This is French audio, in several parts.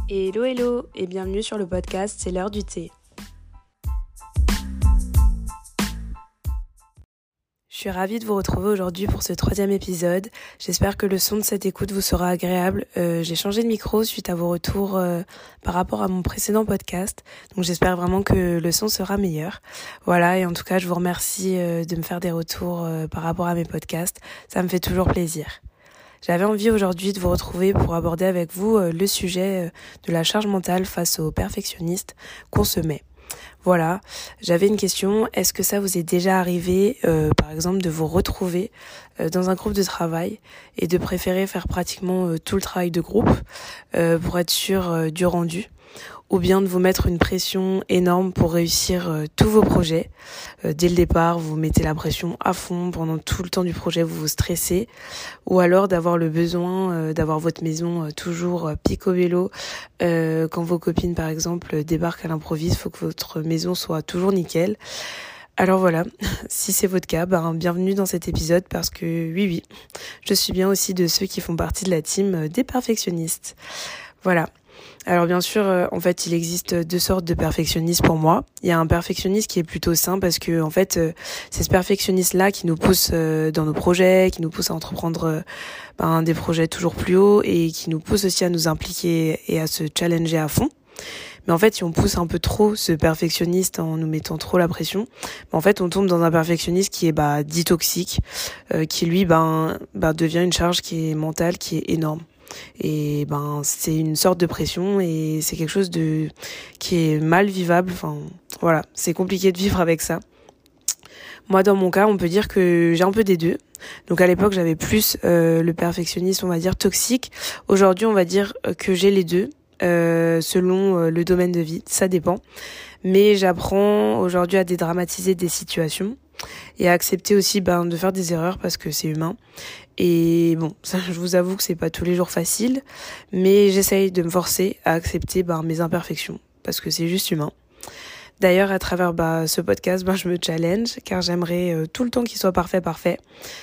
Hello hello et bienvenue sur le podcast C'est l'heure du thé. Je suis ravie de vous retrouver aujourd'hui pour ce 3e épisode. J'espère que le son de cette écoute vous sera agréable. J'ai changé de micro suite à vos retours par rapport à mon précédent podcast. Donc j'espère vraiment que le son sera meilleur. Voilà, et en tout cas je vous remercie de me faire des retours par rapport à mes podcasts. Ça me fait toujours plaisir. J'avais envie aujourd'hui de vous retrouver pour aborder avec vous le sujet de la charge mentale face aux perfectionnistes qu'on se met. Voilà, j'avais une question, est-ce que ça vous est déjà arrivé, par exemple, de vous retrouver dans un groupe de travail et de préférer faire pratiquement tout le travail de groupe pour être sûr du rendu ? Ou bien de vous mettre une pression énorme pour réussir tous vos projets. Dès le départ, vous mettez la pression à fond, pendant tout le temps du projet, vous vous stressez. Ou alors d'avoir le besoin d'avoir votre maison toujours picobello. Quand vos copines, par exemple, débarquent à l'improviste, il faut que votre maison soit toujours nickel. Alors voilà, si c'est votre cas, bienvenue dans cet épisode parce que oui, je suis bien aussi de ceux qui font partie de la team des perfectionnistes. Voilà. Alors bien sûr, en fait, il existe 2 sortes de perfectionnistes pour moi. Il y a un perfectionniste qui est plutôt sain parce que en fait, c'est ce perfectionniste-là qui nous pousse dans nos projets, qui nous pousse à entreprendre des projets toujours plus hauts et qui nous pousse aussi à nous impliquer et à se challenger à fond. Mais en fait, si on pousse un peu trop ce perfectionniste en nous mettant trop la pression, en fait, on tombe dans un perfectionniste qui est dit toxique, qui lui devient une charge qui est mentale, qui est énorme. Et c'est une sorte de pression et c'est quelque chose qui est mal vivable. Enfin voilà, c'est compliqué de vivre avec ça. Moi, dans mon cas, on peut dire que j'ai un peu des deux. Donc à l'époque, j'avais plus le perfectionnisme, on va dire toxique. Aujourd'hui, on va dire que j'ai les deux. Selon le domaine de vie, ça dépend. Mais j'apprends aujourd'hui à dédramatiser des situations et à accepter aussi de faire des erreurs parce que c'est humain. Et bon, ça, je vous avoue que c'est pas tous les jours facile, mais j'essaye de me forcer à accepter mes imperfections parce que c'est juste humain. D'ailleurs, à travers ce podcast, je me challenge car j'aimerais tout le temps qu'il soit parfait.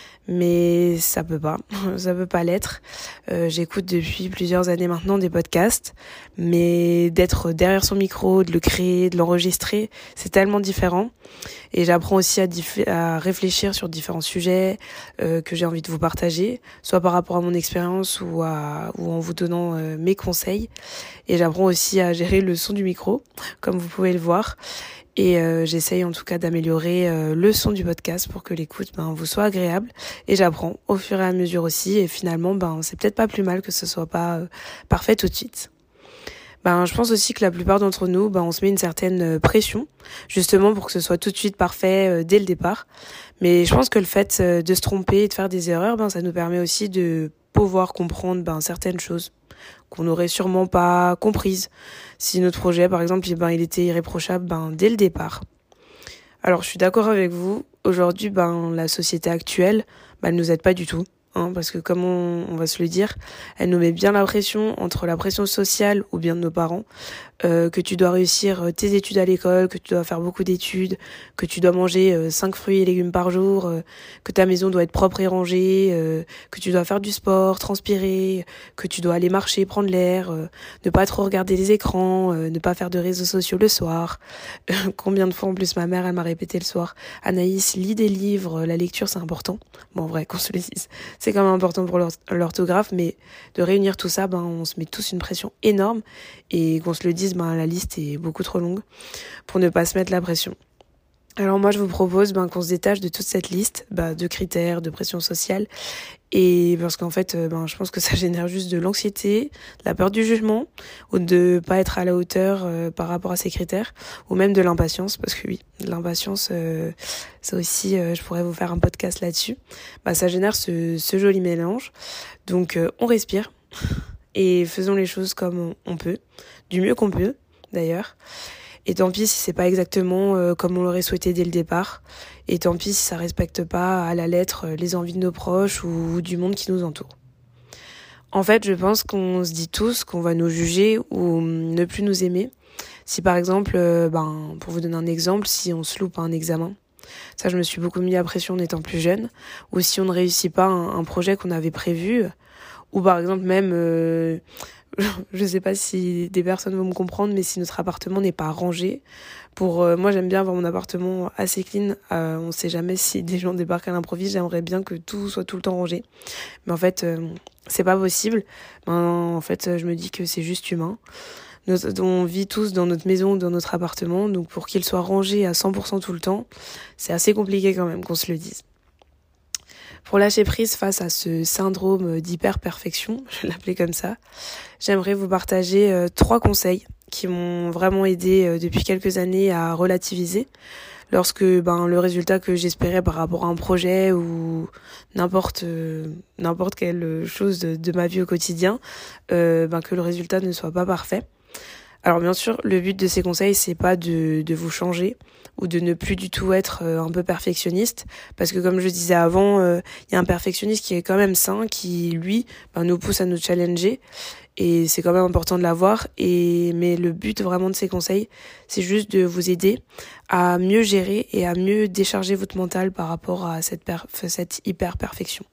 Mais ça peut pas l'être. J'écoute depuis plusieurs années maintenant des podcasts, mais d'être derrière son micro, de le créer, de l'enregistrer, c'est tellement différent. Et j'apprends aussi à réfléchir sur différents sujets que j'ai envie de vous partager, soit par rapport à mon expérience ou en vous donnant mes conseils. Et j'apprends aussi à gérer le son du micro, comme vous pouvez le voir. Et j'essaye en tout cas d'améliorer le son du podcast pour que l'écoute vous soit agréable. Et j'apprends au fur et à mesure aussi. Et finalement, c'est peut-être pas plus mal que ce soit pas parfait tout de suite. Je pense aussi que la plupart d'entre nous, on se met une certaine pression, justement pour que ce soit tout de suite parfait dès le départ. Mais je pense que le fait de se tromper et de faire des erreurs, ça nous permet aussi de pouvoir comprendre certaines choses qu'on n'aurait sûrement pas comprises si notre projet, par exemple, il était irréprochable dès le départ. Alors, je suis d'accord avec vous. Aujourd'hui, la société actuelle, elle nous aide pas du tout. Parce que comme on va se le dire, elle nous met bien la pression entre la pression sociale ou bien de nos parents, que tu dois réussir tes études à l'école, que tu dois faire beaucoup d'études, que tu dois manger 5 fruits et légumes par jour, que ta maison doit être propre et rangée, que tu dois faire du sport, transpirer, que tu dois aller marcher, prendre l'air, ne pas trop regarder les écrans, ne pas faire de réseaux sociaux le soir. Combien de fois en plus ma mère elle m'a répété le soir, Anaïs, lis des livres, la lecture c'est important. Bon en vrai qu'on se le dise, c'est quand même important pour l'orthographe, mais de réunir tout ça, on se met tous une pression énorme et qu'on se le dise, la liste est beaucoup trop longue pour ne pas se mettre la pression. Alors moi, je vous propose qu'on se détache de toute cette liste de critères, de pression sociale, et parce qu'en fait, je pense que ça génère juste de l'anxiété, de la peur du jugement, ou de pas être à la hauteur par rapport à ces critères, ou même de l'impatience, parce que oui, l'impatience, ça aussi, je pourrais vous faire un podcast là-dessus. Ça génère ce joli mélange. Donc, on respire et faisons les choses comme on peut, du mieux qu'on peut d'ailleurs. Et tant pis si c'est pas exactement comme on l'aurait souhaité dès le départ. Et tant pis si ça respecte pas à la lettre les envies de nos proches ou du monde qui nous entoure. En fait, je pense qu'on se dit tous qu'on va nous juger ou ne plus nous aimer. Si par exemple, pour vous donner un exemple, si on se loupe à un examen. Ça, je me suis beaucoup mis la pression en étant plus jeune. Ou si on ne réussit pas un projet qu'on avait prévu. Ou par exemple même... je sais pas si des personnes vont me comprendre, mais si notre appartement n'est pas rangé, moi j'aime bien avoir mon appartement assez clean, on sait jamais si des gens débarquent à l'improviste, j'aimerais bien que tout soit tout le temps rangé, mais en fait c'est pas possible. En fait je me dis que c'est juste humain. On vit tous dans notre maison ou dans notre appartement, donc pour qu'il soit rangé à 100% tout le temps, c'est assez compliqué quand même qu'on se le dise. Pour lâcher prise face à ce syndrome d'hyper-perfection, je vais l'appeler comme ça, j'aimerais vous partager 3 conseils qui m'ont vraiment aidé depuis quelques années à relativiser lorsque le résultat que j'espérais par rapport à un projet ou n'importe quelle chose de ma vie au quotidien, que le résultat ne soit pas parfait. Alors bien sûr, le but de ces conseils, c'est pas de vous changer ou de ne plus du tout être un peu perfectionniste, parce que comme je disais avant, il y a un perfectionniste qui est quand même sain, qui lui nous pousse à nous challenger, et c'est quand même important de l'avoir. Mais le but vraiment de ces conseils, c'est juste de vous aider à mieux gérer et à mieux décharger votre mental par rapport à cette hyper perfection.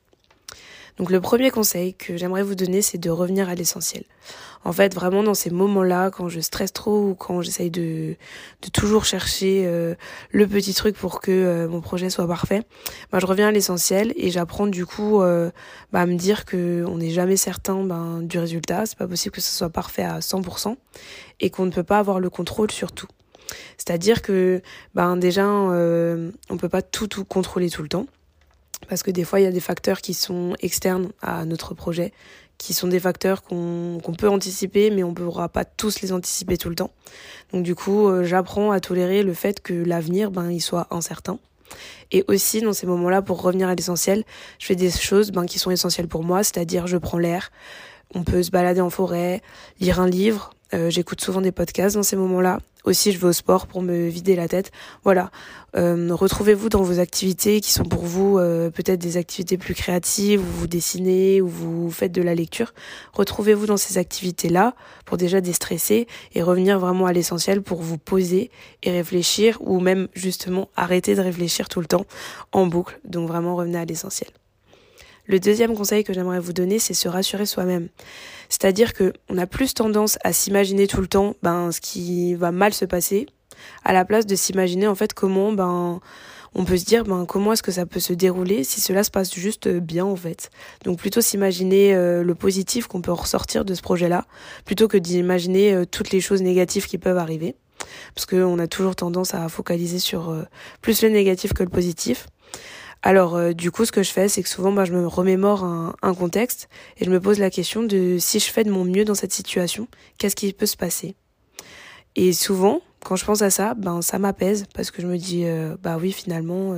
Donc le premier conseil que j'aimerais vous donner, c'est de revenir à l'essentiel. En fait, vraiment dans ces moments-là, quand je stresse trop ou quand j'essaye de toujours chercher le petit truc pour que mon projet soit parfait, je reviens à l'essentiel et j'apprends du coup à me dire que on n'est jamais certain du résultat. C'est pas possible que ce soit parfait à 100% et qu'on ne peut pas avoir le contrôle sur tout. C'est-à-dire que déjà on peut pas tout contrôler tout le temps. Parce que des fois, il y a des facteurs qui sont externes à notre projet, qui sont des facteurs qu'on peut anticiper, mais on ne pourra pas tous les anticiper tout le temps. Donc du coup, j'apprends à tolérer le fait que l'avenir, il soit incertain. Et aussi, dans ces moments-là, pour revenir à l'essentiel, je fais des choses qui sont essentielles pour moi, c'est-à-dire je prends l'air, on peut se balader en forêt, lire un livre, j'écoute souvent des podcasts dans ces moments-là. Aussi, je vais au sport pour me vider la tête. Voilà. Retrouvez-vous dans vos activités qui sont pour vous peut-être des activités plus créatives, où vous dessinez, où vous faites de la lecture. Retrouvez-vous dans ces activités-là pour déjà déstresser et revenir vraiment à l'essentiel pour vous poser et réfléchir, ou même justement arrêter de réfléchir tout le temps en boucle. Donc vraiment revenez à l'essentiel. Le deuxième conseil que j'aimerais vous donner, c'est se rassurer soi-même. C'est-à-dire que on a plus tendance à s'imaginer tout le temps ce qui va mal se passer, à la place de s'imaginer en fait comment on peut se dire comment est-ce que ça peut se dérouler si cela se passe juste bien en fait. Donc plutôt s'imaginer le positif qu'on peut ressortir de ce projet-là, plutôt que d'imaginer toutes les choses négatives qui peuvent arriver. Parce qu'on a toujours tendance à focaliser sur plus le négatif que le positif. Alors du coup, ce que je fais, c'est que souvent je me remémore un contexte et je me pose la question de si je fais de mon mieux dans cette situation, qu'est-ce qui peut se passer? Et souvent, quand je pense à ça, ça m'apaise parce que je me dis oui, finalement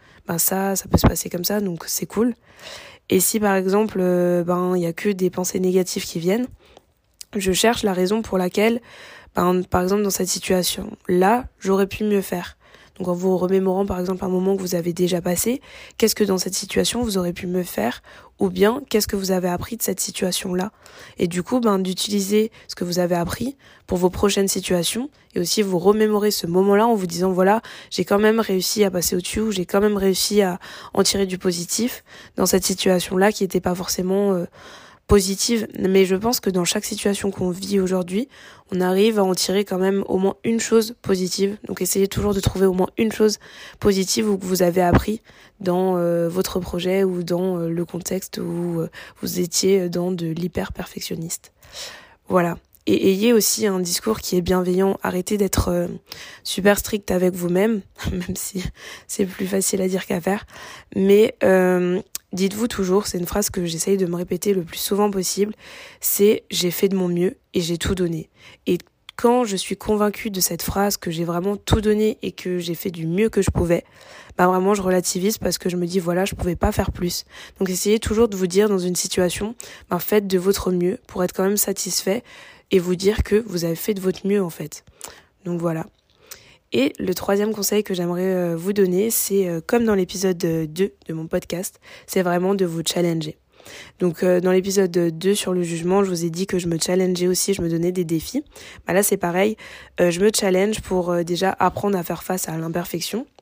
ça peut se passer comme ça, donc c'est cool. Et si par exemple il y a que des pensées négatives qui viennent, je cherche la raison pour laquelle par exemple dans cette situation là, j'aurais pu mieux faire. Donc en vous remémorant par exemple un moment que vous avez déjà passé, qu'est-ce que dans cette situation vous aurez pu mieux faire, ou bien qu'est-ce que vous avez appris de cette situation-là. Et du coup, d'utiliser ce que vous avez appris pour vos prochaines situations, et aussi vous remémorer ce moment-là en vous disant voilà, j'ai quand même réussi à passer au-dessus, ou j'ai quand même réussi à en tirer du positif dans cette situation-là qui n'était pas forcément positive, mais je pense que dans chaque situation qu'on vit aujourd'hui, on arrive à en tirer quand même au moins une chose positive. Donc essayez toujours de trouver au moins une chose positive que vous avez appris dans votre projet ou dans le contexte où vous étiez dans de l'hyper-perfectionniste. Voilà. Et ayez aussi un discours qui est bienveillant. Arrêtez d'être super strict avec vous-même, même si c'est plus facile à dire qu'à faire. Mais dites-vous toujours, c'est une phrase que j'essaye de me répéter le plus souvent possible, c'est « j'ai fait de mon mieux et j'ai tout donné ». Et quand je suis convaincue de cette phrase, que j'ai vraiment tout donné et que j'ai fait du mieux que je pouvais, vraiment je relativise parce que je me dis voilà, je pouvais pas faire plus. Donc essayez toujours de vous dire dans une situation, faites de votre mieux pour être quand même satisfait et vous dire que vous avez fait de votre mieux en fait. Donc voilà. Et le troisième conseil que j'aimerais vous donner, c'est comme dans l'épisode 2 de mon podcast, c'est vraiment de vous challenger. Donc dans l'épisode 2 sur le jugement, je vous ai dit que je me challengeais aussi, je me donnais des défis. Là c'est pareil, je me challenge pour déjà apprendre à faire face à l'imperfection.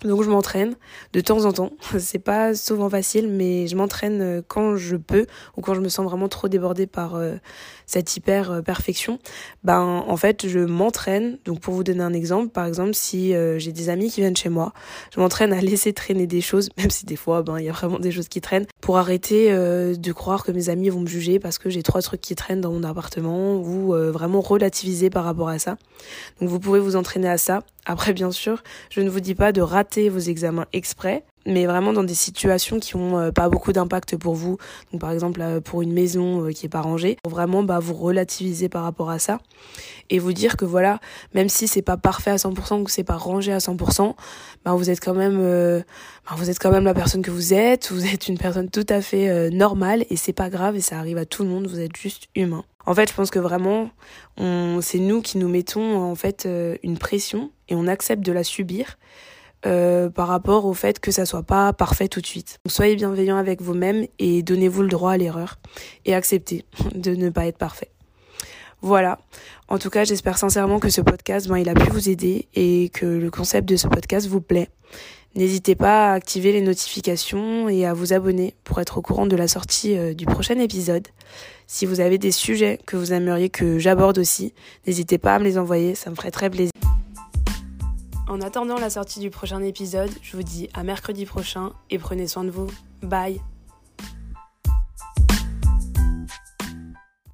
Donc je m'entraîne de temps en temps, c'est pas souvent facile, mais je m'entraîne quand je peux ou quand je me sens vraiment trop débordée par cette hyper perfection. En fait je m'entraîne, donc pour vous donner un exemple, par exemple si j'ai des amis qui viennent chez moi, je m'entraîne à laisser traîner des choses, même si des fois il y a vraiment des choses qui traînent, pour arrêter de croire que mes amis vont me juger parce que j'ai 3 trucs qui traînent dans mon appartement ou vraiment relativiser par rapport à ça. Donc vous pouvez vous entraîner à ça. Après bien sûr, je ne vous dis pas de rater vos examens exprès, mais vraiment dans des situations qui ont pas beaucoup d'impact pour vous. Donc par exemple pour une maison qui est pas rangée, pour vraiment vous relativiser par rapport à ça et vous dire que voilà, même si c'est pas parfait à 100% ou que c'est pas rangé à 100%, vous êtes quand même la personne que vous êtes une personne tout à fait normale et c'est pas grave et ça arrive à tout le monde, vous êtes juste humain. En fait, je pense que vraiment, c'est nous qui nous mettons en fait une pression et on accepte de la subir par rapport au fait que ça soit pas parfait tout de suite. Donc, soyez bienveillants avec vous-même et donnez-vous le droit à l'erreur et acceptez de ne pas être parfait. Voilà. En tout cas, j'espère sincèrement que ce podcast, il a pu vous aider et que le concept de ce podcast vous plaît. N'hésitez pas à activer les notifications et à vous abonner pour être au courant de la sortie du prochain épisode. Si vous avez des sujets que vous aimeriez que j'aborde aussi, n'hésitez pas à me les envoyer, ça me ferait très plaisir. En attendant la sortie du prochain épisode, je vous dis à mercredi prochain et prenez soin de vous. Bye!